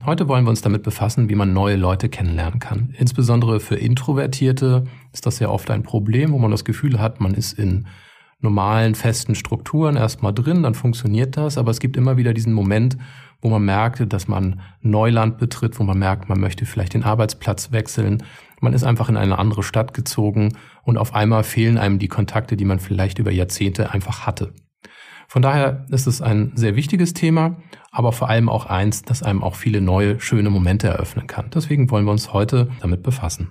Heute wollen wir uns damit befassen, wie man neue Leute kennenlernen kann. Insbesondere für Introvertierte ist das ja oft ein Problem, wo man das Gefühl hat, man ist in normalen, festen Strukturen erstmal drin, dann funktioniert das. Aber es gibt immer wieder diesen Moment, wo man merkt, dass man Neuland betritt, wo man merkt, man möchte vielleicht den Arbeitsplatz wechseln. Man ist einfach in eine andere Stadt gezogen und auf einmal fehlen einem die Kontakte, die man vielleicht über Jahrzehnte einfach hatte. Von daher ist es ein sehr wichtiges Thema, aber vor allem auch eins, das einem auch viele neue, schöne Momente eröffnen kann. Deswegen wollen wir uns heute damit befassen.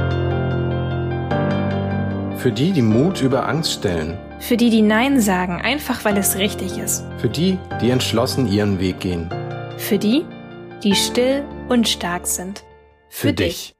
Für die, die Mut über Angst stellen. Für die, die Nein sagen, einfach weil es richtig ist. Für die, die entschlossen ihren Weg gehen. Für die, die still und stark sind. Für dich.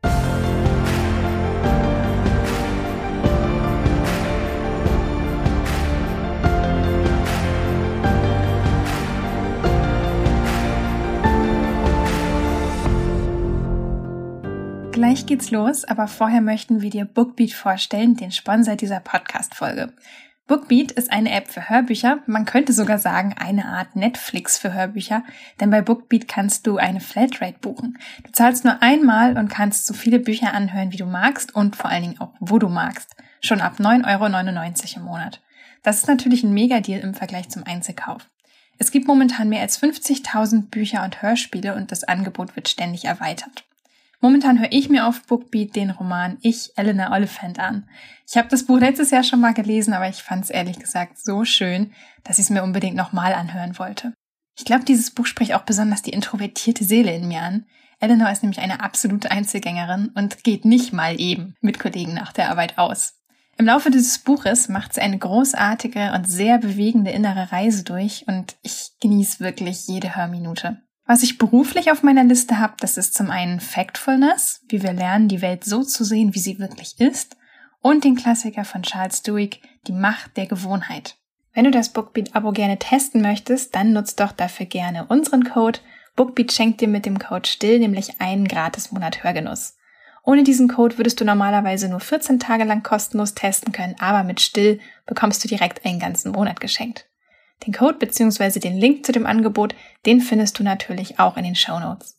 Gleich geht's los, aber vorher möchten wir dir Bookbeat vorstellen, den Sponsor dieser Podcast-Folge. Bookbeat ist eine App für Hörbücher, man könnte sogar sagen eine Art Netflix für Hörbücher, denn bei Bookbeat kannst du eine Flatrate buchen. Du zahlst nur einmal und kannst so viele Bücher anhören, wie du magst und vor allen Dingen auch, wo du magst. Schon ab 9,99 € im Monat. Das ist natürlich ein Mega-Deal im Vergleich zum Einzelkauf. Es gibt momentan mehr als 50.000 Bücher und Hörspiele und das Angebot wird ständig erweitert. Momentan höre ich mir auf Bookbeat den Roman Ich, Eleanor Oliphant an. Ich habe das Buch letztes Jahr schon mal gelesen, aber ich fand es ehrlich gesagt so schön, dass ich es mir unbedingt nochmal anhören wollte. Ich glaube, dieses Buch spricht auch besonders die introvertierte Seele in mir an. Eleanor ist nämlich eine absolute Einzelgängerin und geht nicht mal eben mit Kollegen nach der Arbeit aus. Im Laufe dieses Buches macht sie eine großartige und sehr bewegende innere Reise durch und ich genieße wirklich jede Hörminute. Was ich beruflich auf meiner Liste habe, das ist zum einen Factfulness, wie wir lernen, die Welt so zu sehen, wie sie wirklich ist, und den Klassiker von Charles Duhigg, Die Macht der Gewohnheit. Wenn du das Bookbeat-Abo gerne testen möchtest, dann nutzt doch dafür gerne unseren Code. Bookbeat schenkt dir mit dem Code STILL nämlich einen Gratis-Monat Hörgenuss. Ohne diesen Code würdest du normalerweise nur 14 Tage lang kostenlos testen können, aber mit STILL bekommst du direkt einen ganzen Monat geschenkt. Den Code bzw. den Link zu dem Angebot, den findest du natürlich auch in den Shownotes.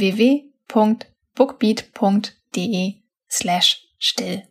www.bookbeat.de/still.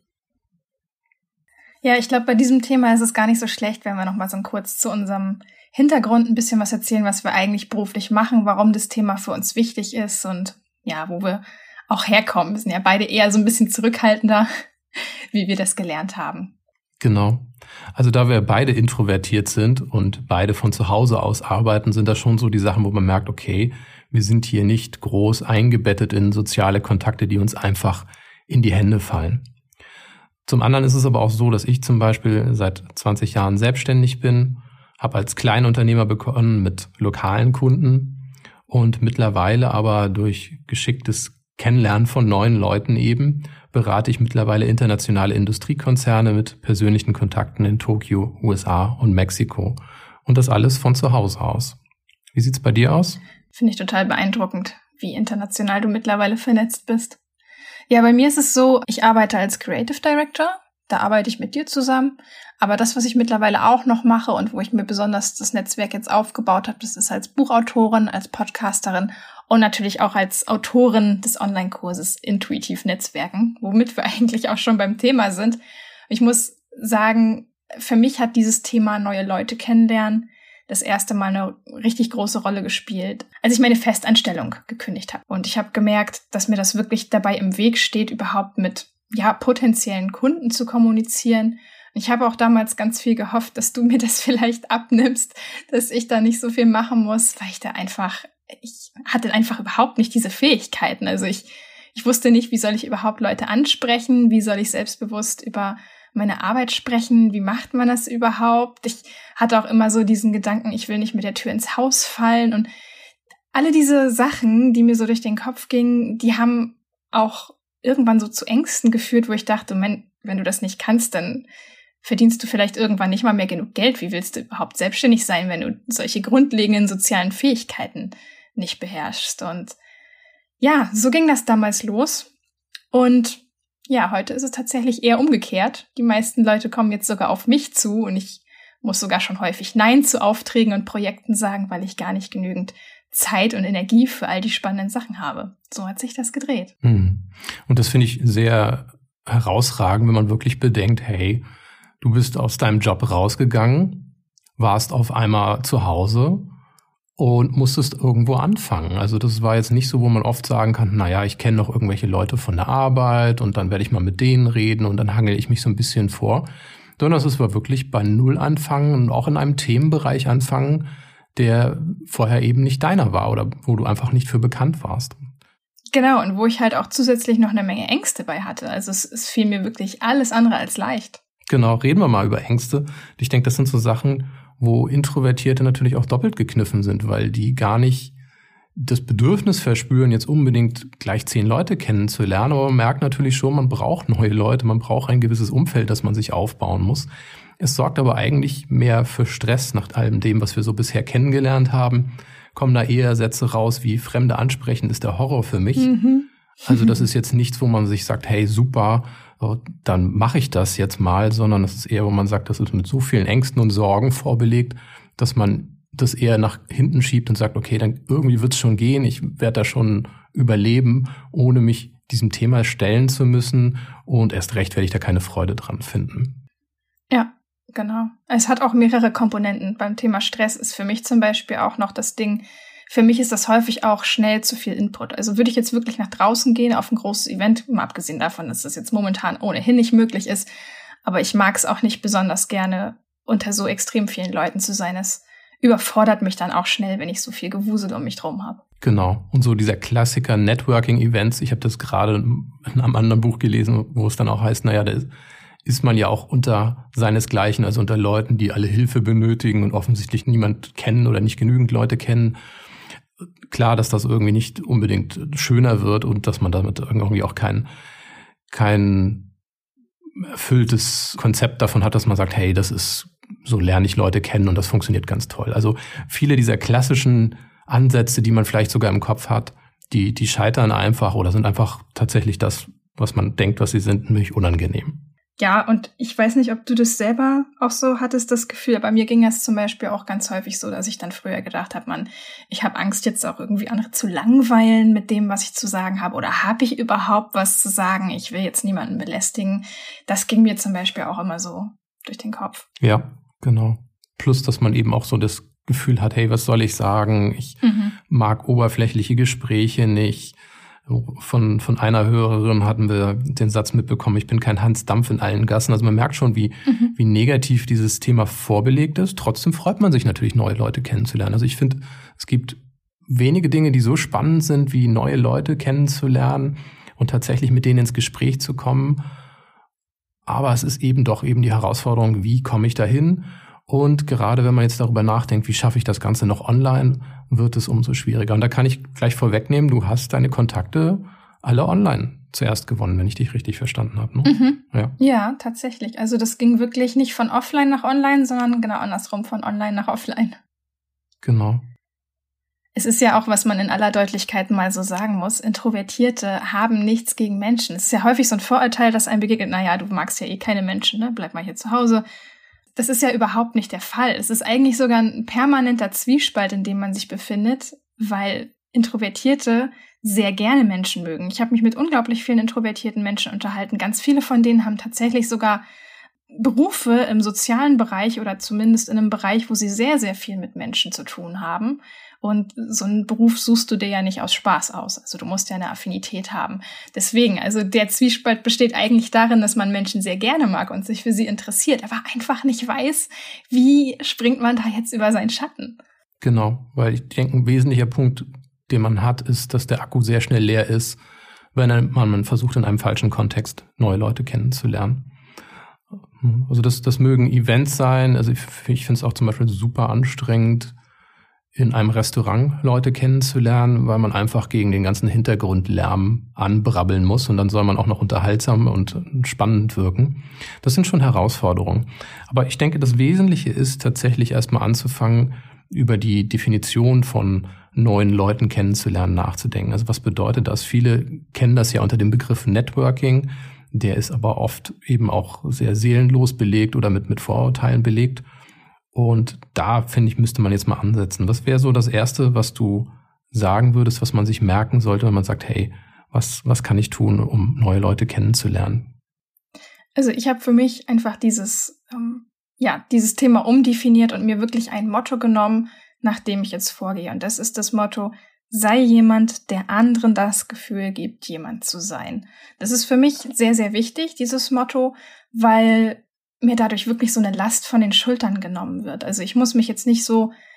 Ja, ich glaube, bei diesem Thema ist es gar nicht so schlecht, wenn wir nochmal so kurz zu unserem Hintergrund ein bisschen was erzählen, was wir eigentlich beruflich machen, warum das Thema für uns wichtig ist und ja, wo wir auch herkommen. Wir sind ja beide eher so ein bisschen zurückhaltender, wie wir das gelernt haben. Genau. Also da wir beide introvertiert sind und beide von zu Hause aus arbeiten, sind das schon so die Sachen, wo man merkt, okay, wir sind hier nicht groß eingebettet in soziale Kontakte, die uns einfach in die Hände fallen. Zum anderen ist es aber auch so, dass ich zum Beispiel seit 20 Jahren selbstständig bin, habe als Kleinunternehmer begonnen mit lokalen Kunden und mittlerweile aber durch geschicktes Kennenlernen von neuen Leuten eben berate ich mittlerweile internationale Industriekonzerne mit persönlichen Kontakten in Tokio, USA und Mexiko. Und das alles von zu Hause aus. Wie sieht's bei dir aus? Finde ich total beeindruckend, wie international du mittlerweile vernetzt bist. Ja, bei mir ist es so, ich arbeite als Creative Director. Da arbeite ich mit dir zusammen. Aber das, was ich mittlerweile auch noch mache und wo ich mir besonders das Netzwerk jetzt aufgebaut habe, das ist als Buchautorin, als Podcasterin und natürlich auch als Autorin des Online-Kurses Intuitiv Netzwerken, womit wir eigentlich auch schon beim Thema sind. Ich muss sagen, für mich hat dieses Thema neue Leute kennenlernen das erste Mal eine richtig große Rolle gespielt, als ich meine Festanstellung gekündigt habe. Und ich habe gemerkt, dass mir das wirklich dabei im Weg steht, überhaupt mit potenziellen Kunden zu kommunizieren. Ich habe auch damals ganz viel gehofft, dass du mir das vielleicht abnimmst, dass ich da nicht so viel machen muss, weil ich hatte einfach überhaupt nicht diese Fähigkeiten. Also ich wusste nicht, wie soll ich überhaupt Leute ansprechen, wie soll ich selbstbewusst über meine Arbeit sprechen, wie macht man das überhaupt? Ich hatte auch immer so diesen Gedanken, ich will nicht mit der Tür ins Haus fallen und alle diese Sachen, die mir so durch den Kopf gingen, die haben auch irgendwann so zu Ängsten geführt, wo ich dachte, wenn du das nicht kannst, dann verdienst du vielleicht irgendwann nicht mal mehr genug Geld. Wie willst du überhaupt selbstständig sein, wenn du solche grundlegenden sozialen Fähigkeiten nicht beherrschst? Und ja, so ging das damals los. Und ja, heute ist es tatsächlich eher umgekehrt. Die meisten Leute kommen jetzt sogar auf mich zu und ich muss sogar schon häufig Nein zu Aufträgen und Projekten sagen, weil ich gar nicht genügend Zeit und Energie für all die spannenden Sachen habe. So hat sich das gedreht. Und das finde ich sehr herausragend, wenn man wirklich bedenkt, hey, du bist aus deinem Job rausgegangen, warst auf einmal zu Hause und musstest irgendwo anfangen. Also das war jetzt nicht so, wo man oft sagen kann, naja, ich kenne noch irgendwelche Leute von der Arbeit und dann werde ich mal mit denen reden und dann hangel ich mich so ein bisschen vor. Sondern es war wirklich bei Null anfangen und auch in einem Themenbereich anfangen, der vorher eben nicht deiner war oder wo du einfach nicht für bekannt warst. Genau, und wo ich halt auch zusätzlich noch eine Menge Ängste bei hatte. Also es fiel mir wirklich alles andere als leicht. Genau, reden wir mal über Ängste. Ich denke, das sind so Sachen, wo Introvertierte natürlich auch doppelt gekniffen sind, weil die gar nicht das Bedürfnis verspüren, jetzt unbedingt gleich 10 Leute kennenzulernen, aber man merkt natürlich schon, man braucht neue Leute, man braucht ein gewisses Umfeld, das man sich aufbauen muss. Es sorgt aber eigentlich mehr für Stress nach allem dem, was wir so bisher kennengelernt haben. Kommen da eher Sätze raus wie Fremde ansprechen ist der Horror für mich. Also das ist jetzt nichts, wo man sich sagt, hey super, dann mache ich das jetzt mal, sondern es ist eher, wo man sagt, das ist mit so vielen Ängsten und Sorgen vorbelegt, dass man das eher nach hinten schiebt und sagt, okay, dann irgendwie wird's schon gehen, ich werde da schon überleben, ohne mich diesem Thema stellen zu müssen und erst recht werde ich da keine Freude dran finden. Ja, genau. Es hat auch mehrere Komponenten. Beim Thema Stress ist für mich zum Beispiel auch noch das Ding, für mich ist das häufig auch schnell zu viel Input. Also würde ich jetzt wirklich nach draußen gehen auf ein großes Event, mal abgesehen davon, dass das jetzt momentan ohnehin nicht möglich ist, aber ich mag es auch nicht besonders gerne, unter so extrem vielen Leuten zu sein. Es überfordert mich dann auch schnell, wenn ich so viel Gewusel um mich drum habe. Genau. Und so dieser Klassiker Networking-Events, ich habe das gerade in einem anderen Buch gelesen, wo es dann auch heißt, naja, da ist man ja auch unter seinesgleichen, also unter Leuten, die alle Hilfe benötigen und offensichtlich niemand kennen oder nicht genügend Leute kennen. Klar, dass das irgendwie nicht unbedingt schöner wird und dass man damit irgendwie auch kein erfülltes Konzept davon hat, dass man sagt, hey, das ist, so lerne ich Leute kennen und das funktioniert ganz toll. Also viele dieser klassischen Ansätze, die man vielleicht sogar im Kopf hat, die scheitern einfach oder sind einfach tatsächlich das, was man denkt, was sie sind, nämlich unangenehm. Ja, und ich weiß nicht, ob du das selber auch so hattest, das Gefühl. Bei mir ging es zum Beispiel auch ganz häufig so, dass ich dann früher gedacht habe, ich habe Angst, jetzt auch irgendwie andere zu langweilen mit dem, was ich zu sagen habe. Oder habe ich überhaupt was zu sagen? Ich will jetzt niemanden belästigen. Das ging mir zum Beispiel auch immer so durch den Kopf. Ja, genau. Plus, dass man eben auch so das Gefühl hat, hey, was soll ich sagen? Ich mag oberflächliche Gespräche nicht. Von einer Hörerin hatten wir den Satz mitbekommen, ich bin kein Hans Dampf in allen Gassen. Also man merkt schon, wie negativ dieses Thema vorbelegt ist. Trotzdem freut man sich natürlich, neue Leute kennenzulernen. Also ich finde, es gibt wenige Dinge, die so spannend sind, wie neue Leute kennenzulernen und tatsächlich mit denen ins Gespräch zu kommen. Aber es ist eben die Herausforderung, wie komme ich dahin? Und gerade wenn man jetzt darüber nachdenkt, wie schaffe ich das Ganze noch online, wird es umso schwieriger. Und da kann ich gleich vorwegnehmen, du hast deine Kontakte alle online zuerst gewonnen, wenn ich dich richtig verstanden habe. Ne? Ja, tatsächlich. Also das ging wirklich nicht von offline nach online, sondern genau andersrum, von online nach offline. Genau. Es ist ja auch, was man in aller Deutlichkeit mal so sagen muss, Introvertierte haben nichts gegen Menschen. Es ist ja häufig so ein Vorurteil, dass einem begegnet, naja, du magst ja eh keine Menschen, ne? Bleib mal hier zu Hause. Das ist ja überhaupt nicht der Fall. Es ist eigentlich sogar ein permanenter Zwiespalt, in dem man sich befindet, weil Introvertierte sehr gerne Menschen mögen. Ich habe mich mit unglaublich vielen introvertierten Menschen unterhalten. Ganz viele von denen haben tatsächlich sogar Berufe im sozialen Bereich oder zumindest in einem Bereich, wo sie sehr, sehr viel mit Menschen zu tun haben. Und so einen Beruf suchst du dir ja nicht aus Spaß aus. Also du musst ja eine Affinität haben. Deswegen, also der Zwiespalt besteht eigentlich darin, dass man Menschen sehr gerne mag und sich für sie interessiert, aber einfach nicht weiß, wie springt man da jetzt über seinen Schatten. Genau, weil ich denke, ein wesentlicher Punkt, den man hat, ist, dass der Akku sehr schnell leer ist, wenn man versucht, in einem falschen Kontext neue Leute kennenzulernen. Also das mögen Events sein. Also ich finde es auch zum Beispiel super anstrengend, in einem Restaurant Leute kennenzulernen, weil man einfach gegen den ganzen Hintergrundlärm anbrabbeln muss und dann soll man auch noch unterhaltsam und spannend wirken. Das sind schon Herausforderungen. Aber ich denke, das Wesentliche ist tatsächlich erstmal anzufangen, über die Definition von neuen Leuten kennenzulernen, nachzudenken. Also was bedeutet das? Viele kennen das ja unter dem Begriff Networking. Der ist aber oft eben auch sehr seelenlos belegt oder mit Vorurteilen belegt. Und da, finde ich, müsste man jetzt mal ansetzen. Was wäre so das Erste, was du sagen würdest, was man sich merken sollte, wenn man sagt, hey, was kann ich tun, um neue Leute kennenzulernen? Also ich habe für mich einfach dieses Thema umdefiniert und mir wirklich ein Motto genommen, nach dem ich jetzt vorgehe. Und das ist das Motto: Sei jemand, der anderen das Gefühl gibt, jemand zu sein. Das ist für mich sehr, sehr wichtig, dieses Motto, weil mir dadurch wirklich so eine Last von den Schultern genommen wird. Also ich muss mich jetzt nicht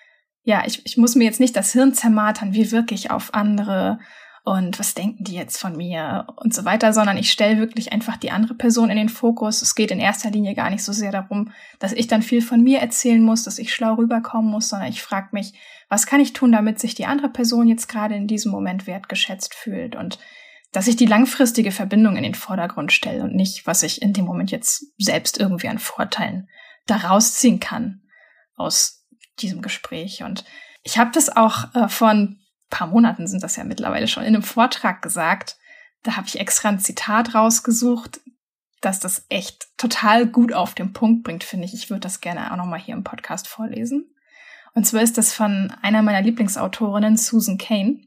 ich muss mir jetzt nicht das Hirn zermartern, wie wirke ich auf andere und was denken die jetzt von mir und so weiter, sondern ich stelle wirklich einfach die andere Person in den Fokus. Es geht in erster Linie gar nicht so sehr darum, dass ich dann viel von mir erzählen muss, dass ich schlau rüberkommen muss, sondern ich frage mich, was kann ich tun, damit sich die andere Person jetzt gerade in diesem Moment wertgeschätzt fühlt und dass ich die langfristige Verbindung in den Vordergrund stelle und nicht, was ich in dem Moment jetzt selbst irgendwie an Vorteilen daraus ziehen kann aus diesem Gespräch. Und ich habe das auch vor ein paar Monaten, sind das ja mittlerweile schon, in einem Vortrag gesagt. Da habe ich extra ein Zitat rausgesucht, dass das echt total gut auf den Punkt bringt, finde ich. Ich würde das gerne auch nochmal hier im Podcast vorlesen. Und zwar ist das von einer meiner Lieblingsautorinnen, Susan Cain.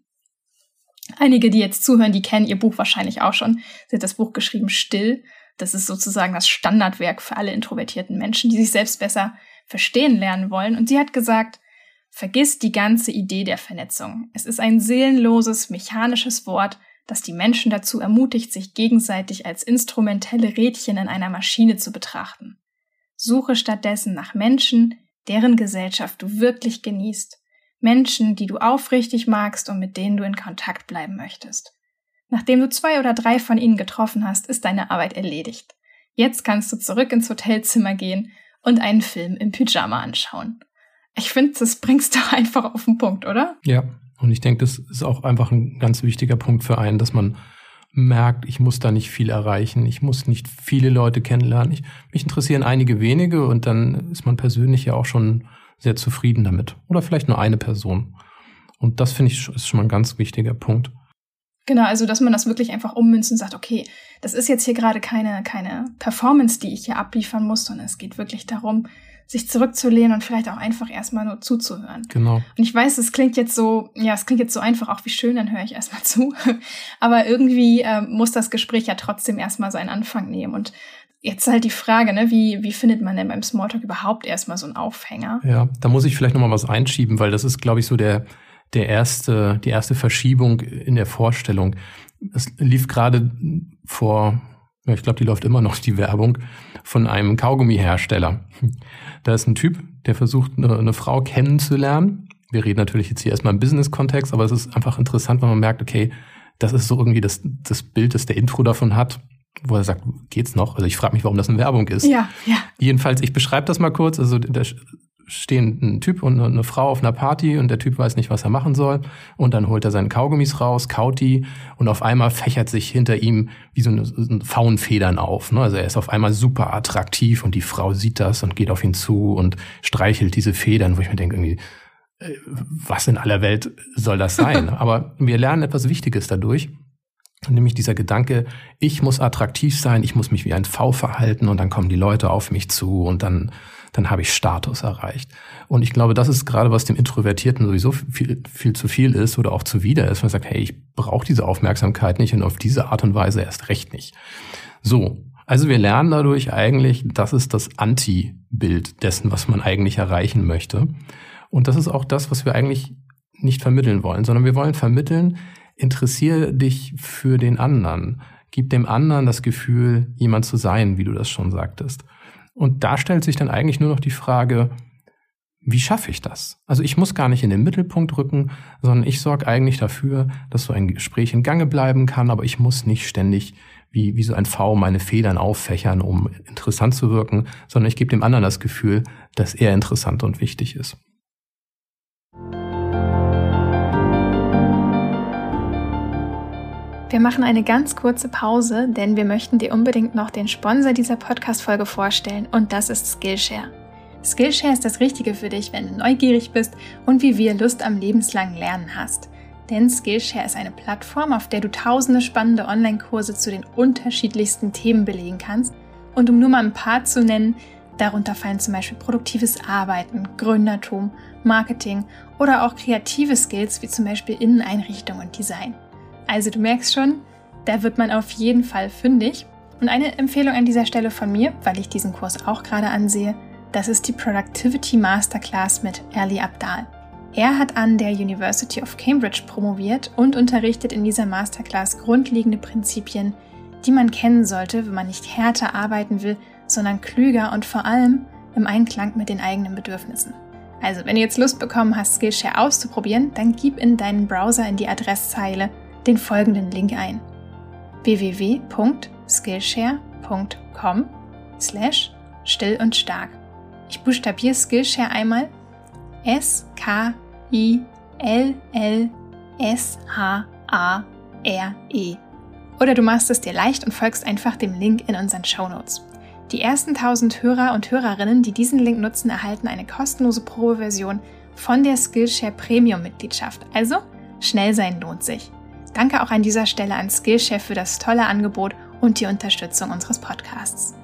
Einige, die jetzt zuhören, die kennen ihr Buch wahrscheinlich auch schon. Sie hat das Buch geschrieben, Still. Das ist sozusagen das Standardwerk für alle introvertierten Menschen, die sich selbst besser verstehen lernen wollen. Und sie hat gesagt: Vergiss die ganze Idee der Vernetzung. Es ist ein seelenloses, mechanisches Wort, das die Menschen dazu ermutigt, sich gegenseitig als instrumentelle Rädchen in einer Maschine zu betrachten. Suche stattdessen nach Menschen, deren Gesellschaft du wirklich genießt. Menschen, die du aufrichtig magst und mit denen du in Kontakt bleiben möchtest. Nachdem du 2 oder 3 von ihnen getroffen hast, ist deine Arbeit erledigt. Jetzt kannst du zurück ins Hotelzimmer gehen und einen Film im Pyjama anschauen. Ich finde, das bringst du einfach auf den Punkt, oder? Ja, und ich denke, das ist auch einfach ein ganz wichtiger Punkt für einen, dass man merkt, ich muss da nicht viel erreichen, ich muss nicht viele Leute kennenlernen. Mich interessieren einige wenige und dann ist man persönlich ja auch schon sehr zufrieden damit. Oder vielleicht nur eine Person. Und das, finde ich, ist schon mal ein ganz wichtiger Punkt. Genau, also dass man das wirklich einfach ummünzt und sagt, okay, das ist jetzt hier gerade keine Performance, die ich hier abliefern muss, sondern es geht wirklich darum, sich zurückzulehnen und vielleicht auch einfach erstmal nur zuzuhören. Genau. Und ich weiß, es klingt jetzt so einfach, auch wie schön, dann höre ich erstmal zu. Aber irgendwie muss das Gespräch ja trotzdem erstmal seinen Anfang nehmen. Und jetzt halt die Frage, ne, wie findet man denn beim Smalltalk überhaupt erstmal so einen Aufhänger? Ja, da muss ich vielleicht nochmal was einschieben, weil das ist, glaube ich, so die erste Verschiebung in der Vorstellung. Es lief gerade ich glaube, die läuft immer noch, die Werbung von einem Kaugummihersteller. Da ist ein Typ, der versucht, eine Frau kennenzulernen. Wir reden natürlich jetzt hier erstmal im Business-Kontext, aber es ist einfach interessant, wenn man merkt, okay, das ist so irgendwie das Bild, das der Intro davon hat, wo er sagt, geht's noch? Also ich frage mich, warum das eine Werbung ist. Ja. Jedenfalls, ich beschreibe das mal kurz. Also da stehen ein Typ und eine Frau auf einer Party und der Typ weiß nicht, was er machen soll. Und dann holt er seine Kaugummis raus, kaut die und auf einmal fächert sich hinter ihm wie so eine Faunfedern auf. Ne? Also er ist auf einmal super attraktiv und die Frau sieht das und geht auf ihn zu und streichelt diese Federn, wo ich mir denke, irgendwie, was in aller Welt soll das sein? Aber wir lernen etwas Wichtiges dadurch. Nämlich dieser Gedanke, ich muss attraktiv sein, ich muss mich wie ein V verhalten und dann kommen die Leute auf mich zu und dann habe ich Status erreicht. Und ich glaube, das ist gerade, was dem Introvertierten sowieso viel zu viel ist oder auch zuwider ist, wenn man sagt, hey, ich brauche diese Aufmerksamkeit nicht und auf diese Art und Weise erst recht nicht. So, also wir lernen dadurch eigentlich, das ist das Anti-Bild dessen, was man eigentlich erreichen möchte. Und das ist auch das, was wir eigentlich nicht vermitteln wollen, sondern wir wollen vermitteln, interessiere dich für den anderen. Gib dem anderen das Gefühl, jemand zu sein, wie du das schon sagtest. Und da stellt sich dann eigentlich nur noch die Frage, wie schaffe ich das? Also ich muss gar nicht in den Mittelpunkt rücken, sondern ich sorge eigentlich dafür, dass so ein Gespräch in Gange bleiben kann, aber ich muss nicht ständig wie so ein V meine Federn auffächern, um interessant zu wirken, sondern ich gebe dem anderen das Gefühl, dass er interessant und wichtig ist. Wir machen eine ganz kurze Pause, denn wir möchten dir unbedingt noch den Sponsor dieser Podcast-Folge vorstellen und das ist Skillshare. Skillshare ist das Richtige für dich, wenn du neugierig bist und wie wir Lust am lebenslangen Lernen hast. Denn Skillshare ist eine Plattform, auf der du tausende spannende Online-Kurse zu den unterschiedlichsten Themen belegen kannst. Und um nur mal ein paar zu nennen, Darunter fallen zum Beispiel produktives Arbeiten, Gründertum, Marketing oder auch kreative Skills wie zum Beispiel Inneneinrichtung und Design. Also du merkst schon, da wird man auf jeden Fall fündig. Und eine Empfehlung an dieser Stelle von mir, weil ich diesen Kurs auch gerade ansehe, das ist die Productivity Masterclass mit Ali Abdaal. Er hat an der University of Cambridge promoviert und unterrichtet in dieser Masterclass grundlegende Prinzipien, die man kennen sollte, wenn man nicht härter arbeiten will, sondern klüger und vor allem im Einklang mit den eigenen Bedürfnissen. Also, wenn du jetzt Lust bekommen hast, Skillshare auszuprobieren, dann gib in deinen Browser in die Adresszeile den folgenden Link ein: www.skillshare.com/still und stark. Ich buchstabiere Skillshare einmal: SKILLSHARE. Oder du machst es dir leicht und folgst einfach dem Link in unseren Shownotes. Die ersten 1000 Hörer und Hörerinnen, die diesen Link nutzen, erhalten eine kostenlose Probeversion von der Skillshare Premium-Mitgliedschaft. Also, schnell sein lohnt sich. Danke auch an dieser Stelle an Skillshare für das tolle Angebot und die Unterstützung unseres Podcasts.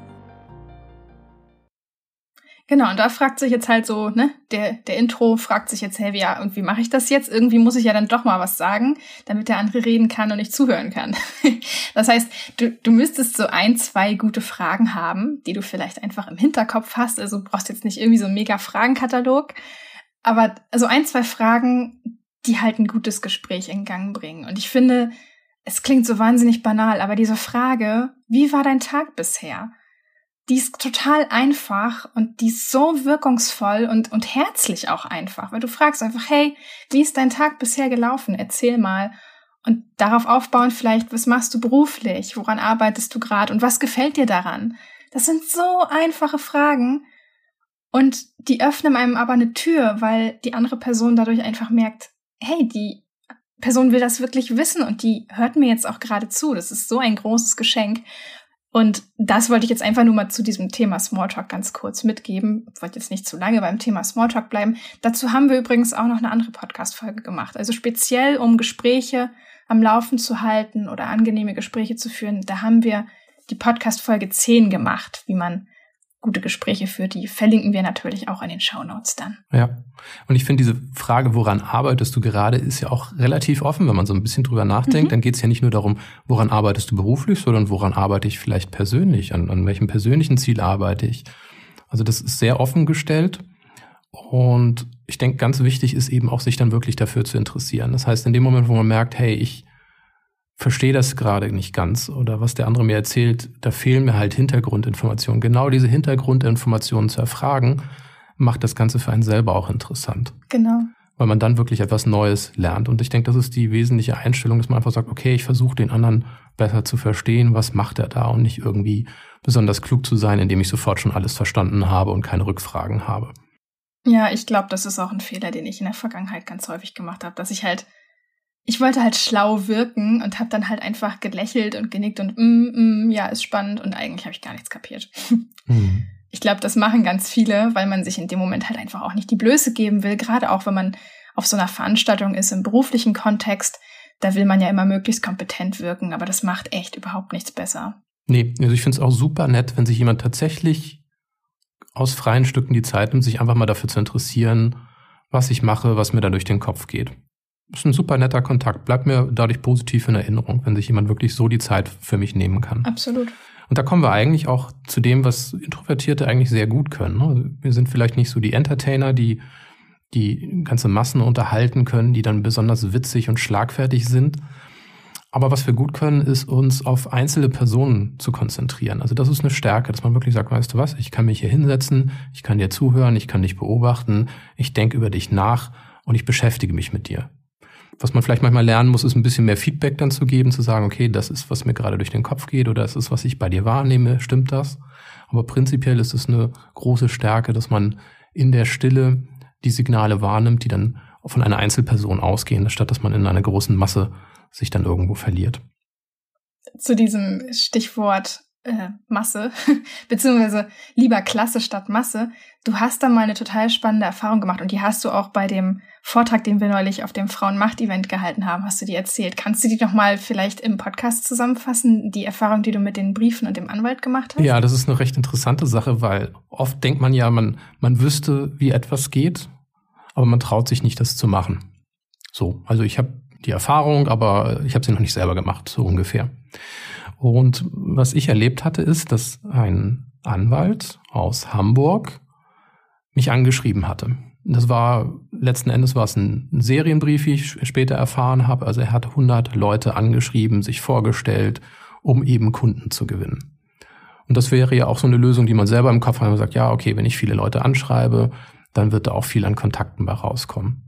Genau, und da fragt sich jetzt halt so, ne, der Intro fragt sich jetzt, hey, ja, und wie mache ich das jetzt? Irgendwie muss ich ja dann doch mal was sagen, damit der andere reden kann und ich zuhören kann. Das heißt, du müsstest so 1-2 gute Fragen haben, die du vielleicht einfach im Hinterkopf hast. Also du brauchst jetzt nicht irgendwie so einen mega Fragenkatalog, aber also 1-2 Fragen, die halt ein gutes Gespräch in Gang bringen. Und ich finde, es klingt so wahnsinnig banal, aber diese Frage, wie war dein Tag bisher? Die ist total einfach und die ist so wirkungsvoll und herzlich auch einfach, weil du fragst einfach, hey, wie ist dein Tag bisher gelaufen? Erzähl mal. Und darauf aufbauen vielleicht, was machst du beruflich? Woran arbeitest du gerade? Und was gefällt dir daran? Das sind so einfache Fragen und die öffnen einem aber eine Tür, weil die andere Person dadurch einfach merkt, hey, die Person will das wirklich wissen und die hört mir jetzt auch gerade zu. Das ist so ein großes Geschenk. Und das wollte ich jetzt einfach nur mal zu diesem Thema Smalltalk ganz kurz mitgeben. Ich wollte jetzt nicht zu lange beim Thema Smalltalk bleiben. Dazu haben wir übrigens auch noch eine andere Podcast-Folge gemacht. Also speziell, um Gespräche am Laufen zu halten oder angenehme Gespräche zu führen, da haben wir die Podcast-Folge 10 gemacht, wie man gute Gespräche führt. Die verlinken wir natürlich auch in den Shownotes dann. Ja, und ich finde diese Frage, woran arbeitest du gerade, ist ja auch relativ offen, wenn man so ein bisschen drüber nachdenkt. Dann geht es ja nicht nur darum, woran arbeitest du beruflich, sondern woran arbeite ich vielleicht persönlich, an welchem persönlichen Ziel arbeite ich. Also das ist sehr offen gestellt und ich denke, ganz wichtig ist eben auch, sich dann wirklich dafür zu interessieren. Das heißt, in dem Moment, wo man merkt, hey, ich verstehe das gerade nicht ganz oder was der andere mir erzählt, da fehlen mir halt Hintergrundinformationen. Genau diese Hintergrundinformationen zu erfragen, macht das Ganze für einen selber auch interessant. Genau. Weil man dann wirklich etwas Neues lernt. Und ich denke, das ist die wesentliche Einstellung, dass man einfach sagt, okay, ich versuche den anderen besser zu verstehen, was macht er da und nicht irgendwie besonders klug zu sein, indem ich sofort schon alles verstanden habe und keine Rückfragen habe. Ja, ich glaube, das ist auch ein Fehler, den ich in der Vergangenheit ganz häufig gemacht habe, dass ich wollte halt schlau wirken und habe dann halt einfach gelächelt und genickt und ja, ist spannend und eigentlich habe ich gar nichts kapiert. Ich glaube, das machen ganz viele, weil man sich in dem Moment halt einfach auch nicht die Blöße geben will, gerade auch wenn man auf so einer Veranstaltung ist im beruflichen Kontext, da will man ja immer möglichst kompetent wirken, aber das macht echt überhaupt nichts besser. Nee, also ich finde es auch super nett, wenn sich jemand tatsächlich aus freien Stücken die Zeit nimmt, sich einfach mal dafür zu interessieren, was ich mache, was mir da durch den Kopf geht. Das ist ein super netter Kontakt. Bleibt mir dadurch positiv in Erinnerung, wenn sich jemand wirklich so die Zeit für mich nehmen kann. Absolut. Und da kommen wir eigentlich auch zu dem, was Introvertierte eigentlich sehr gut können. Also wir sind vielleicht nicht so die Entertainer, die ganze Massen unterhalten können, die dann besonders witzig und schlagfertig sind. Aber was wir gut können, ist uns auf einzelne Personen zu konzentrieren. Also das ist eine Stärke, dass man wirklich sagt, weißt du was, ich kann mich hier hinsetzen, ich kann dir zuhören, ich kann dich beobachten, ich denke über dich nach und ich beschäftige mich mit dir. Was man vielleicht manchmal lernen muss, ist ein bisschen mehr Feedback dann zu geben, zu sagen, okay, das ist, was mir gerade durch den Kopf geht oder das ist, was ich bei dir wahrnehme, stimmt das? Aber prinzipiell ist es eine große Stärke, dass man in der Stille die Signale wahrnimmt, die dann von einer Einzelperson ausgehen, statt dass man in einer großen Masse sich dann irgendwo verliert. Zu diesem Stichwort Masse, beziehungsweise lieber Klasse statt Masse. Du hast da mal eine total spannende Erfahrung gemacht und die hast du auch bei dem Vortrag, den wir neulich auf dem Frauenmacht-Event gehalten haben, hast du die erzählt. Kannst du die noch mal vielleicht im Podcast zusammenfassen, die Erfahrung, die du mit den Briefen und dem Anwalt gemacht hast? Ja, das ist eine recht interessante Sache, weil oft denkt man ja, man wüsste, wie etwas geht, aber man traut sich nicht, das zu machen. So, also ich habe die Erfahrung, aber ich habe sie noch nicht selber gemacht, so ungefähr. Und was ich erlebt hatte, ist, dass ein Anwalt aus Hamburg mich angeschrieben hatte. Das war, letzten Endes war es ein Serienbrief, wie ich später erfahren habe. Also er hat 100 Leute angeschrieben, sich vorgestellt, um eben Kunden zu gewinnen. Und das wäre ja auch so eine Lösung, die man selber im Kopf hat und sagt, ja, okay, wenn ich viele Leute anschreibe, dann wird da auch viel an Kontakten bei rauskommen.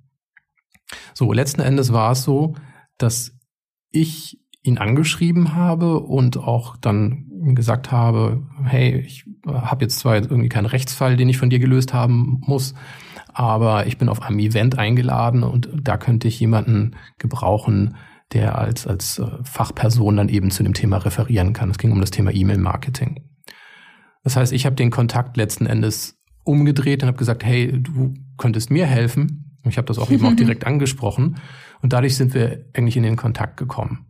So, letzten Endes war es so, dass ich ihn angeschrieben habe und auch dann gesagt habe, hey, ich habe jetzt zwar irgendwie keinen Rechtsfall, den ich von dir gelöst haben muss, aber ich bin auf einem Event eingeladen und da könnte ich jemanden gebrauchen, der als Fachperson dann eben zu dem Thema referieren kann. Es ging um das Thema E-Mail-Marketing. Das heißt, ich habe den Kontakt letzten Endes umgedreht und habe gesagt, hey, du könntest mir helfen. Ich habe das auch eben auch direkt angesprochen und dadurch sind wir eigentlich in den Kontakt gekommen.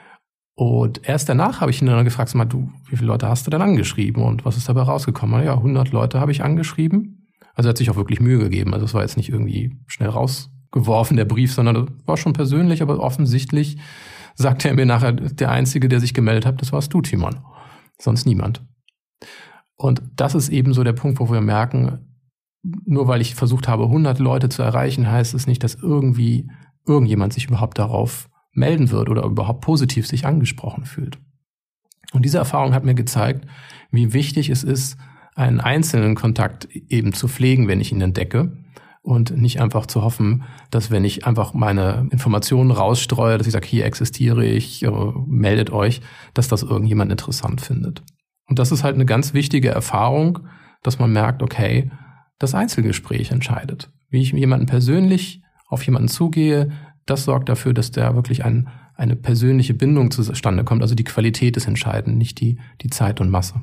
Und erst danach habe ich ihn dann gefragt, sag mal, du, wie viele Leute hast du denn angeschrieben und was ist dabei rausgekommen? Ja, 100 Leute habe ich angeschrieben. Also er hat sich auch wirklich Mühe gegeben. Also es war jetzt nicht irgendwie schnell rausgeworfen, der Brief, sondern das war schon persönlich, aber offensichtlich sagte er mir nachher, der Einzige, der sich gemeldet hat, das warst du, Timon. Sonst niemand. Und das ist eben so der Punkt, wo wir merken, nur weil ich versucht habe, 100 Leute zu erreichen, heißt es nicht, dass irgendjemand sich überhaupt darauf melden wird oder überhaupt positiv sich angesprochen fühlt. Und diese Erfahrung hat mir gezeigt, wie wichtig es ist, einen einzelnen Kontakt eben zu pflegen, wenn ich ihn entdecke und nicht einfach zu hoffen, dass wenn ich einfach meine Informationen rausstreue, dass ich sage, hier existiere ich, meldet euch, dass das irgendjemand interessant findet. Und das ist halt eine ganz wichtige Erfahrung, dass man merkt, okay, das Einzelgespräch entscheidet. Wie ich jemanden persönlich auf jemanden zugehe, das sorgt dafür, dass da wirklich eine persönliche Bindung zustande kommt. Also die Qualität ist entscheidend, nicht die Zeit und Masse.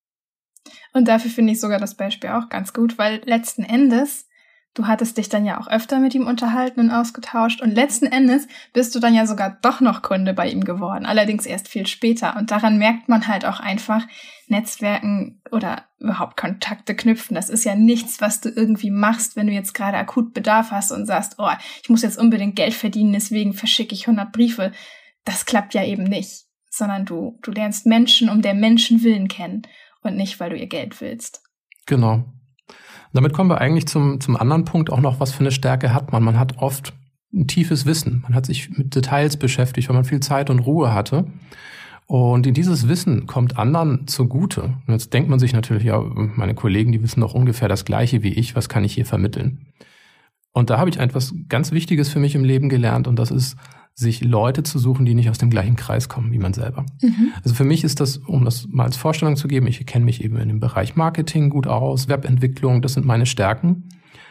Und dafür finde ich sogar das Beispiel auch ganz gut, weil letzten Endes, du hattest dich dann ja auch öfter mit ihm unterhalten und ausgetauscht und letzten Endes bist du dann ja sogar doch noch Kunde bei ihm geworden, allerdings erst viel später. Und daran merkt man halt auch einfach, Netzwerken oder überhaupt Kontakte knüpfen, das ist ja nichts, was du irgendwie machst, wenn du jetzt gerade akut Bedarf hast und sagst, oh, ich muss jetzt unbedingt Geld verdienen, deswegen verschicke ich 100 Briefe. Das klappt ja eben nicht, sondern du lernst Menschen um der Menschen willen kennen und nicht, weil du ihr Geld willst. Genau. Damit kommen wir eigentlich zum anderen Punkt auch noch, was für eine Stärke hat man. Man hat oft ein tiefes Wissen. Man hat sich mit Details beschäftigt, weil man viel Zeit und Ruhe hatte. Und dieses Wissen kommt anderen zugute. Und jetzt denkt man sich natürlich, ja, meine Kollegen, die wissen doch ungefähr das Gleiche wie ich. Was kann ich hier vermitteln? Und da habe ich etwas ganz Wichtiges für mich im Leben gelernt und das ist, sich Leute zu suchen, die nicht aus dem gleichen Kreis kommen wie man selber. Mhm. Also für mich ist das, um das mal als Vorstellung zu geben, ich kenne mich eben in dem Bereich Marketing gut aus, Webentwicklung, das sind meine Stärken.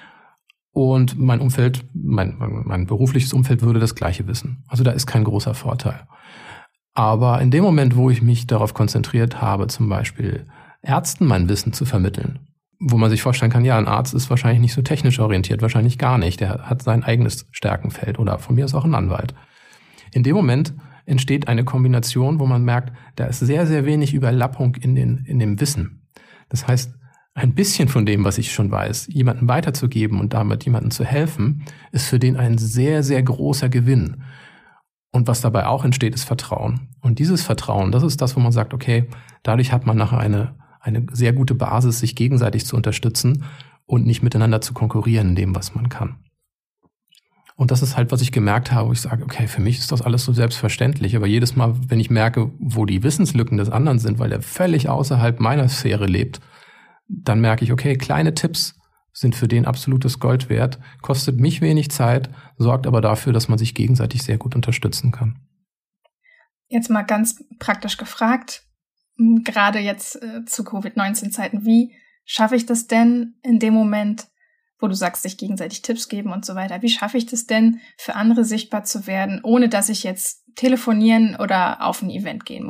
Und mein Umfeld, mein berufliches Umfeld würde das Gleiche wissen. Also da ist kein großer Vorteil. Aber in dem Moment, wo ich mich darauf konzentriert habe, zum Beispiel Ärzten mein Wissen zu vermitteln, wo man sich vorstellen kann, ja, ein Arzt ist wahrscheinlich nicht so technisch orientiert, wahrscheinlich gar nicht. Der hat sein eigenes Stärkenfeld oder von mir ist auch ein Anwalt. In dem Moment entsteht eine Kombination, wo man merkt, da ist sehr, sehr wenig Überlappung in dem Wissen. Das heißt, ein bisschen von dem, was ich schon weiß, jemandem weiterzugeben und damit jemandem zu helfen, ist für den ein sehr, sehr großer Gewinn. Und was dabei auch entsteht, ist Vertrauen. Und dieses Vertrauen, das ist das, wo man sagt, okay, dadurch hat man nachher eine sehr gute Basis, sich gegenseitig zu unterstützen und nicht miteinander zu konkurrieren in dem, was man kann. Und das ist halt, was ich gemerkt habe, wo ich sage, okay, für mich ist das alles so selbstverständlich. Aber jedes Mal, wenn ich merke, wo die Wissenslücken des anderen sind, weil der völlig außerhalb meiner Sphäre lebt, dann merke ich, okay, kleine Tipps sind für den absolutes Gold wert, kostet mich wenig Zeit, sorgt aber dafür, dass man sich gegenseitig sehr gut unterstützen kann. Jetzt mal ganz praktisch gefragt, gerade jetzt zu Covid-19-Zeiten, wie schaffe ich das denn in dem Moment, wo du sagst, sich gegenseitig Tipps geben und so weiter, wie schaffe ich das denn, für andere sichtbar zu werden, ohne dass ich jetzt telefonieren oder auf ein Event gehen muss?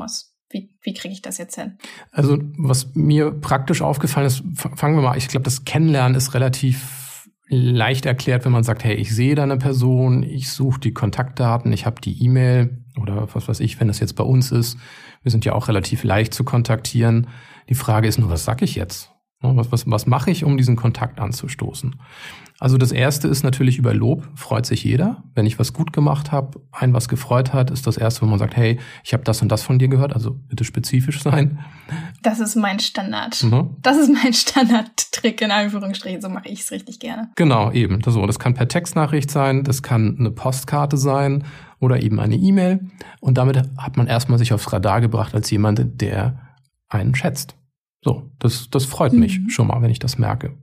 Wie kriege ich das jetzt hin? Also was mir praktisch aufgefallen ist, fangen wir mal, ich glaube, das Kennenlernen ist relativ leicht erklärt, wenn man sagt, hey, ich sehe da eine Person, ich suche die Kontaktdaten, ich habe die E-Mail oder was weiß ich, wenn das jetzt bei uns ist. Wir sind ja auch relativ leicht zu kontaktieren. Die Frage ist nur, was sage ich jetzt? Was mache ich, um diesen Kontakt anzustoßen? Also das Erste ist natürlich über Lob, freut sich jeder. Wenn ich was gut gemacht habe, einen was gefreut hat, ist das Erste, wo man sagt, hey, ich habe das und das von dir gehört, also bitte spezifisch sein. Das ist mein Standard. Das ist mein Standardtrick in Anführungsstrichen, so mache ich es richtig gerne. Genau, eben. Das kann per Textnachricht sein, das kann eine Postkarte sein oder eben eine E-Mail. Und damit hat man erstmal sich aufs Radar gebracht als jemand, der einen schätzt. So, das freut mich schon mal, wenn ich das merke.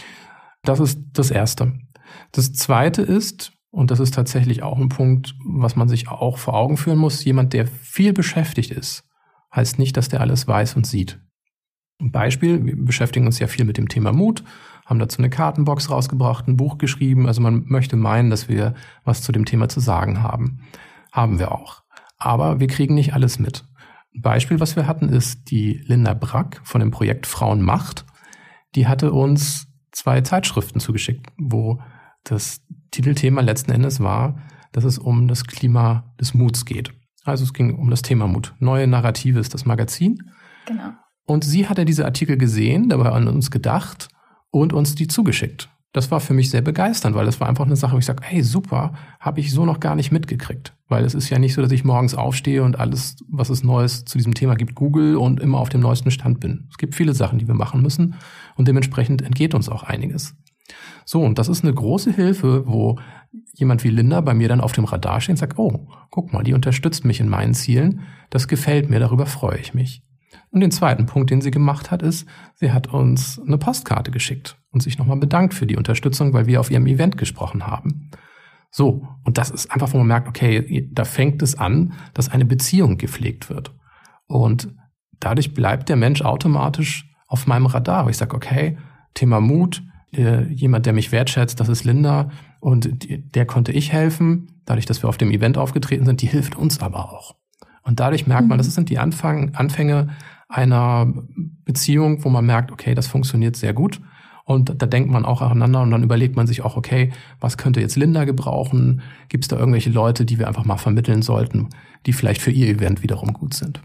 Das ist das Erste. Das Zweite ist, und das ist tatsächlich auch ein Punkt, was man sich auch vor Augen führen muss, jemand, der viel beschäftigt ist, heißt nicht, dass der alles weiß und sieht. Ein Beispiel, wir beschäftigen uns ja viel mit dem Thema Mut, haben dazu eine Kartenbox rausgebracht, ein Buch geschrieben, also man möchte meinen, dass wir was zu dem Thema zu sagen haben. Haben wir auch. Aber wir kriegen nicht alles mit. Ein Beispiel, was wir hatten, ist die Linda Brack von dem Projekt Frauenmacht. Die hatte uns 2 Zeitschriften zugeschickt, wo das Titelthema letzten Endes war, dass es um das Klima des Muts geht. Also es ging um das Thema Mut. Neue Narrative ist das Magazin. Genau. Und sie hatte diese Artikel gesehen, dabei an uns gedacht und uns die zugeschickt. Das war für mich sehr begeisternd, weil das war einfach eine Sache, wo ich sage, hey, super, habe ich so noch gar nicht mitgekriegt. Weil es ist ja nicht so, dass ich morgens aufstehe und alles, was es Neues zu diesem Thema gibt, google und immer auf dem neuesten Stand bin. Es gibt viele Sachen, die wir machen müssen und dementsprechend entgeht uns auch einiges. So, und das ist eine große Hilfe, wo jemand wie Linda bei mir dann auf dem Radar steht und sagt, oh, guck mal, die unterstützt mich in meinen Zielen, das gefällt mir, darüber freue ich mich. Und den zweiten Punkt, den sie gemacht hat, ist, sie hat uns eine Postkarte geschickt und sich nochmal bedankt für die Unterstützung, weil wir auf ihrem Event gesprochen haben. So, und das ist einfach, wo man merkt, okay, da fängt es an, dass eine Beziehung gepflegt wird. Und dadurch bleibt der Mensch automatisch auf meinem Radar, wo ich sage, okay, Thema Mut, jemand, der mich wertschätzt, das ist Linda und der konnte ich helfen, dadurch, dass wir auf dem Event aufgetreten sind, die hilft uns aber auch. Und dadurch merkt man, das sind die Anfänge einer Beziehung, wo man merkt, okay, das funktioniert sehr gut. Und da denkt man auch aneinander und dann überlegt man sich auch, okay, was könnte jetzt Linda gebrauchen? Gibt es da irgendwelche Leute, die wir einfach mal vermitteln sollten, die vielleicht für ihr Event wiederum gut sind?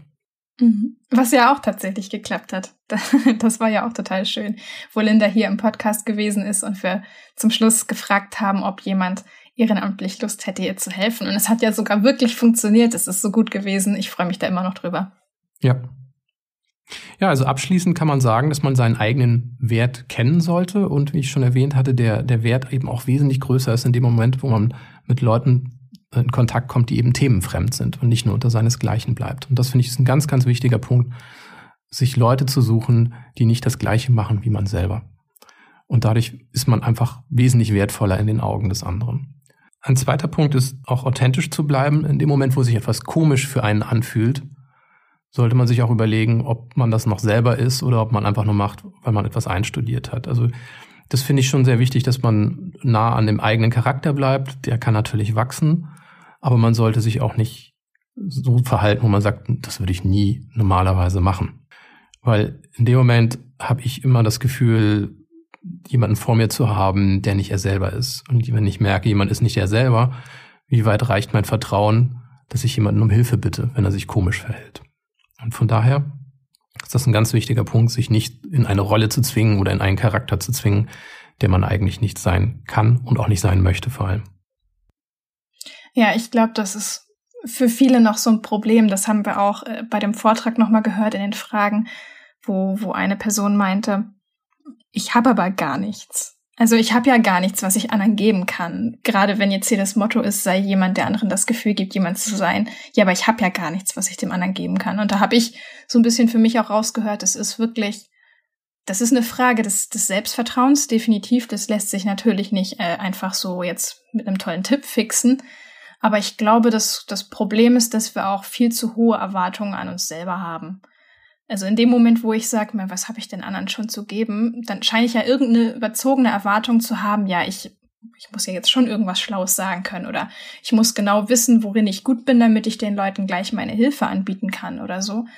Was ja auch tatsächlich geklappt hat. Das war ja auch total schön, wo Linda hier im Podcast gewesen ist und wir zum Schluss gefragt haben, ob jemand ehrenamtlich Lust hätte, ihr zu helfen. Und es hat ja sogar wirklich funktioniert. Es ist so gut gewesen. Ich freue mich da immer noch drüber. Ja. Ja, also abschließend kann man sagen, dass man seinen eigenen Wert kennen sollte und wie ich schon erwähnt hatte, der Wert eben auch wesentlich größer ist in dem Moment, wo man mit Leuten in Kontakt kommt, die eben themenfremd sind und nicht nur unter seinesgleichen bleibt. Und das finde ich ist ein ganz, ganz wichtiger Punkt, sich Leute zu suchen, die nicht das Gleiche machen wie man selber. Und dadurch ist man einfach wesentlich wertvoller in den Augen des anderen. Ein zweiter Punkt ist, auch authentisch zu bleiben. In dem Moment, wo sich etwas komisch für einen anfühlt, sollte man sich auch überlegen, ob man das noch selber ist oder ob man einfach nur macht, weil man etwas einstudiert hat. Also das finde ich schon sehr wichtig, dass man nah an dem eigenen Charakter bleibt. Der kann natürlich wachsen, aber man sollte sich auch nicht so verhalten, wo man sagt, das würde ich nie normalerweise machen. Weil in dem Moment habe ich immer das Gefühl, jemanden vor mir zu haben, der nicht er selber ist. Und wenn ich merke, jemand ist nicht er selber, wie weit reicht mein Vertrauen, dass ich jemanden um Hilfe bitte, wenn er sich komisch verhält? Und von daher ist das ein ganz wichtiger Punkt, sich nicht in eine Rolle zu zwingen oder in einen Charakter zu zwingen, der man eigentlich nicht sein kann und auch nicht sein möchte vor allem. Ja, ich glaube, das ist für viele noch so ein Problem. Das haben wir auch bei dem Vortrag nochmal gehört in den Fragen, wo eine Person meinte, ich habe aber gar nichts. Also ich habe ja gar nichts, was ich anderen geben kann. Gerade wenn jetzt hier das Motto ist, sei jemand, der anderen das Gefühl gibt, jemand zu sein. Ja, aber ich habe ja gar nichts, was ich dem anderen geben kann. Und da habe ich so ein bisschen für mich auch rausgehört, das ist eine Frage des Selbstvertrauens, definitiv. Das lässt sich natürlich nicht einfach so jetzt mit einem tollen Tipp fixen. Aber ich glaube, dass das Problem ist, dass wir auch viel zu hohe Erwartungen an uns selber haben. Also in dem Moment, wo ich sage, was habe ich den anderen schon zu geben, dann scheine ich ja irgendeine überzogene Erwartung zu haben, ja, ich muss ja jetzt schon irgendwas Schlaues sagen können oder ich muss genau wissen, worin ich gut bin, damit ich den Leuten gleich meine Hilfe anbieten kann oder so.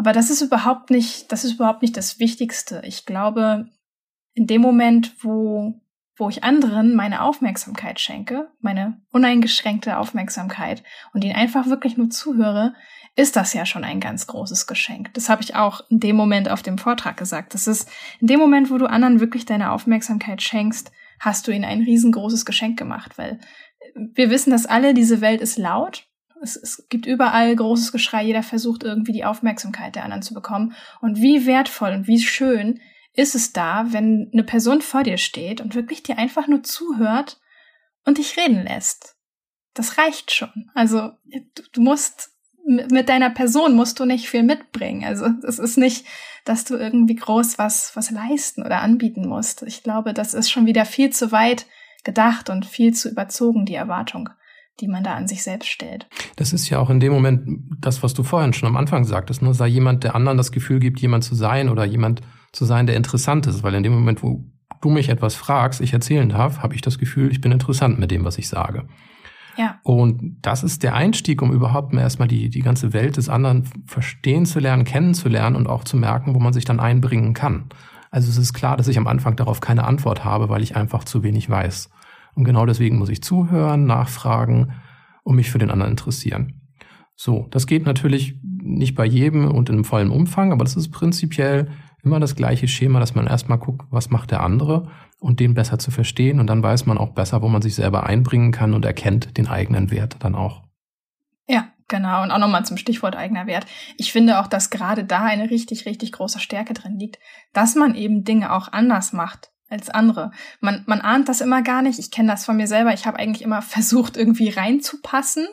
Aber das ist überhaupt nicht das Wichtigste. Ich glaube, in dem Moment, wo ich anderen meine Aufmerksamkeit schenke, meine uneingeschränkte Aufmerksamkeit und ihnen einfach wirklich nur zuhöre, ist das ja schon ein ganz großes Geschenk. Das habe ich auch in dem Moment auf dem Vortrag gesagt. Das ist in dem Moment, wo du anderen wirklich deine Aufmerksamkeit schenkst, hast du ihnen ein riesengroßes Geschenk gemacht, weil wir wissen das alle, diese Welt ist laut. Es gibt überall großes Geschrei, jeder versucht irgendwie die Aufmerksamkeit der anderen zu bekommen. Und wie wertvoll und wie schön ist es da, wenn eine Person vor dir steht und wirklich dir einfach nur zuhört und dich reden lässt. Das reicht schon. Also du musst, mit deiner Person musst du nicht viel mitbringen. Also es ist nicht, dass du irgendwie groß was leisten oder anbieten musst. Ich glaube, das ist schon wieder viel zu weit gedacht und viel zu überzogen, die Erwartung, die man da an sich selbst stellt. Das ist ja auch in dem Moment das, was du vorhin schon am Anfang sagtest, ne? Sei jemand, der anderen das Gefühl gibt, jemand zu sein oder jemand zu sein, der interessant ist. Weil in dem Moment, wo du mich etwas fragst, ich erzählen darf, habe ich das Gefühl, ich bin interessant mit dem, was ich sage. Ja. Und das ist der Einstieg, um überhaupt mal erstmal die ganze Welt des anderen verstehen zu lernen, kennenzulernen und auch zu merken, wo man sich dann einbringen kann. Also es ist klar, dass ich am Anfang darauf keine Antwort habe, weil ich einfach zu wenig weiß. Und genau deswegen muss ich zuhören, nachfragen und mich für den anderen interessieren. So, das geht natürlich nicht bei jedem und in einem vollen Umfang, aber das ist prinzipiell immer das gleiche Schema, dass man erstmal guckt, was macht der andere und den besser zu verstehen. Und dann weiß man auch besser, wo man sich selber einbringen kann und erkennt den eigenen Wert dann auch. Ja, genau. Und auch nochmal zum Stichwort eigener Wert. Ich finde auch, dass gerade da eine richtig, richtig große Stärke drin liegt, dass man eben Dinge auch anders macht als andere. Man ahnt das immer gar nicht. Ich kenne das von mir selber. Ich habe eigentlich immer versucht, irgendwie reinzupassen,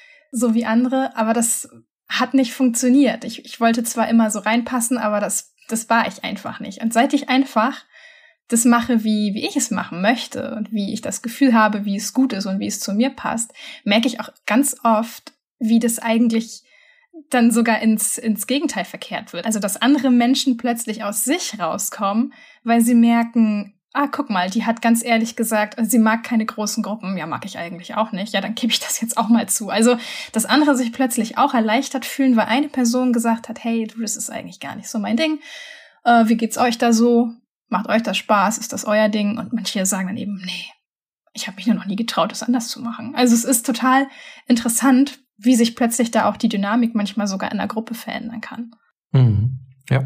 so wie andere, aber das hat nicht funktioniert. Ich wollte zwar immer so reinpassen, aber das war ich einfach nicht. Und seit ich einfach das mache, wie ich es machen möchte und wie ich das Gefühl habe, wie es gut ist und wie es zu mir passt, merke ich auch ganz oft, wie das eigentlich dann sogar ins Gegenteil verkehrt wird. Also, dass andere Menschen plötzlich aus sich rauskommen, weil sie merken, guck mal, die hat ganz ehrlich gesagt, sie mag keine großen Gruppen. Ja, mag ich eigentlich auch nicht. Ja, dann gebe ich das jetzt auch mal zu. Also, dass andere sich plötzlich auch erleichtert fühlen, weil eine Person gesagt hat, hey, du, das ist eigentlich gar nicht so mein Ding. Wie geht's euch da so? Macht euch das Spaß? Ist das euer Ding? Und manche sagen dann eben, nee, ich habe mich nur noch nie getraut, das anders zu machen. Also, es ist total interessant, wie sich plötzlich da auch die Dynamik manchmal sogar in der Gruppe verändern kann. Mhm. Ja.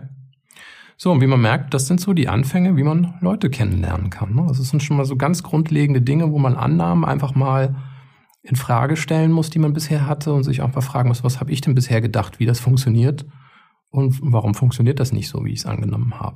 So, und wie man merkt, das sind so die Anfänge, wie man Leute kennenlernen kann. Ne? Das sind schon mal so ganz grundlegende Dinge, wo man Annahmen einfach mal in Frage stellen muss, die man bisher hatte und sich auch mal fragen muss, was habe ich denn bisher gedacht, wie das funktioniert und warum funktioniert das nicht so, wie ich es angenommen habe.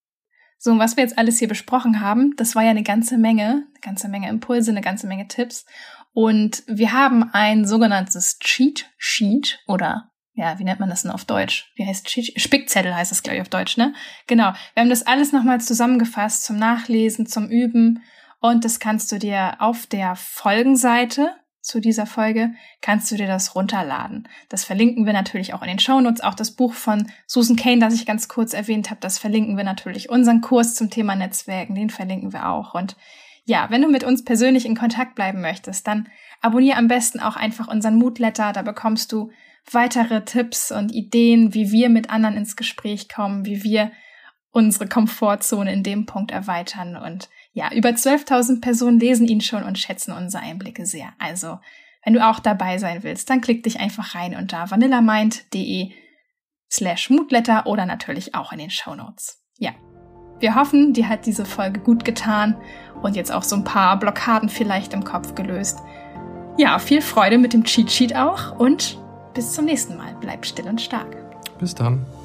So, und was wir jetzt alles hier besprochen haben, das war ja eine ganze Menge Impulse, eine ganze Menge Tipps. Und wir haben ein sogenanntes Cheat Sheet oder, ja, wie nennt man das denn auf Deutsch? Wie heißt Cheat? Spickzettel heißt das, glaube ich, auf Deutsch, ne? Genau. Wir haben das alles nochmal zusammengefasst zum Nachlesen, zum Üben. Und das kannst du dir auf der Folgenseite zu dieser Folge, kannst du dir das runterladen. Das verlinken wir natürlich auch in den Shownotes. Auch das Buch von Susan Cain, das ich ganz kurz erwähnt habe, das verlinken wir natürlich. Unseren Kurs zum Thema Netzwerken, den verlinken wir auch. Und ja, wenn du mit uns persönlich in Kontakt bleiben möchtest, dann abonniere am besten auch einfach unseren Moodletter. Da bekommst du weitere Tipps und Ideen, wie wir mit anderen ins Gespräch kommen, wie wir unsere Komfortzone in dem Punkt erweitern. Und ja, über 12.000 Personen lesen ihn schon und schätzen unsere Einblicke sehr. Also, wenn du auch dabei sein willst, dann klick dich einfach rein unter vanillamind.de/Moodletter oder natürlich auch in den Shownotes. Ja. Wir hoffen, dir hat diese Folge gut getan und jetzt auch so ein paar Blockaden vielleicht im Kopf gelöst. Ja, viel Freude mit dem Cheat Sheet auch und bis zum nächsten Mal. Bleib still und stark. Bis dann.